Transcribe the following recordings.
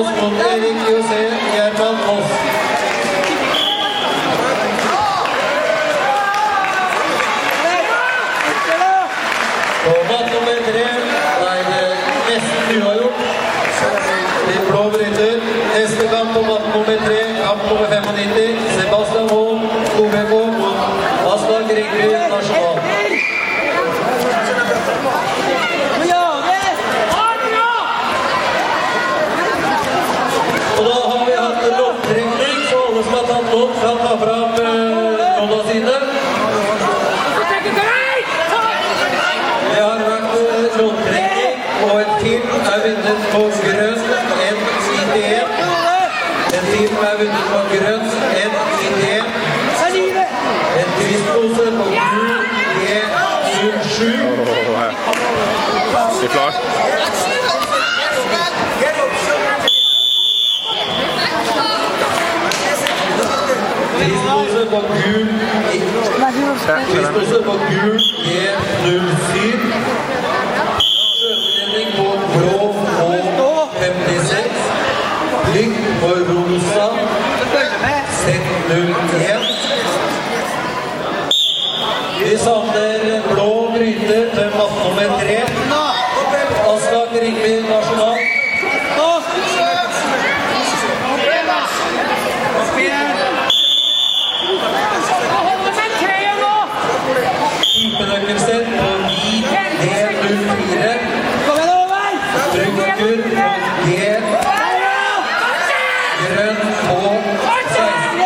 Foss mot Erik José Gjerman Foss. På matt nummer 3 er det nesten uavgjort. De blå bryter. Neste kamp på matt nummer 3, kamp nummer 95. Sebastian Holm, OBK mot Aslak Ringby Nasjonal. Og da har vi hatt loddtrekning, så alle som har tatt lodd kan ta fram lodda sine. Det har vært loddtrekning, og en film er vunnet på grønt 1,91. En film er vunnet på grønt 1,91. En twistpose på gul G07. Det er flot. Twistpose på gul G07. Skjønledning på blå H56. Blikk på rosa Z01. Vi samler blå bryter til matt nummer 3. Aslak Ringby Nasjonal. Typenøkkelsett på D04. Brygger på G. Grønn på 16.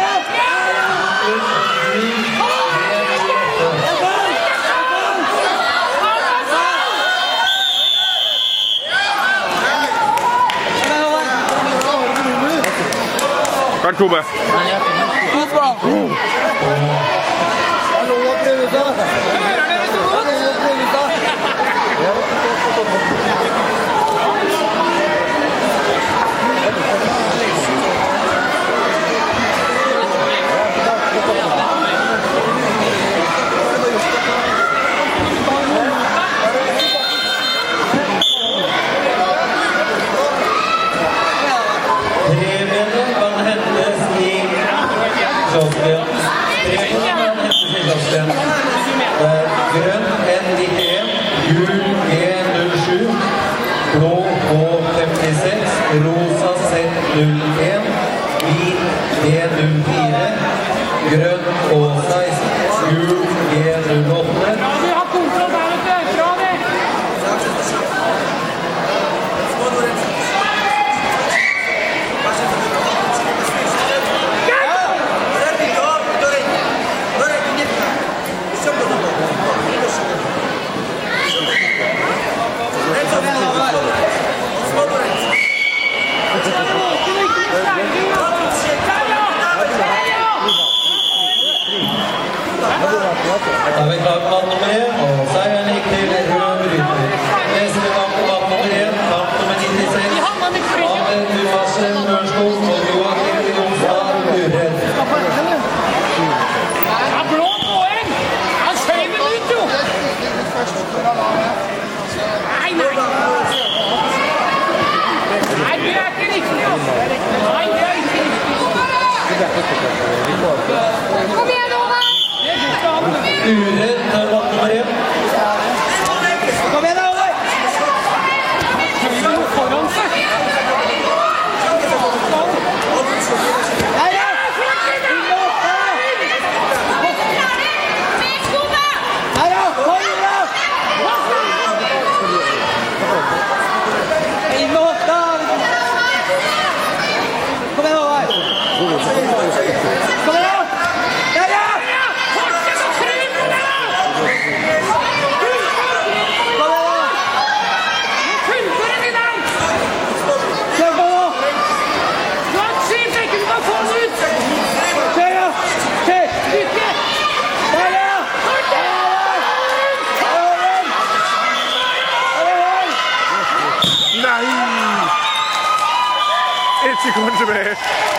Godt, Kuba. Grønn N91, gul G07, blå H56, rosa Z01, hvit G04, grønn H16, gul G08. Da er vi klar på matt nummer 1, og seieren gikk til rød bryter. Neste kamp på matt nummer 1, kamp nummer 96. Ahmed Umasen Mørskog og Joakim Jonstad Uredd. Ja, blå poeng! Han skjøy med ut, jo! Nei, nei! Nei, det er ikke riktig, jo! Nei, det er ikke riktig. Kom igjen, Ola! Uredd til matt nummer 1. Kom igjen, Ola! Foran seg! Nei, ja! Nei, ja! Kom igjen, da! Inn med hotta! Kom igjen, Ola! Kom igjen, da! Der, ja! Nej! 1 sekund tilbage.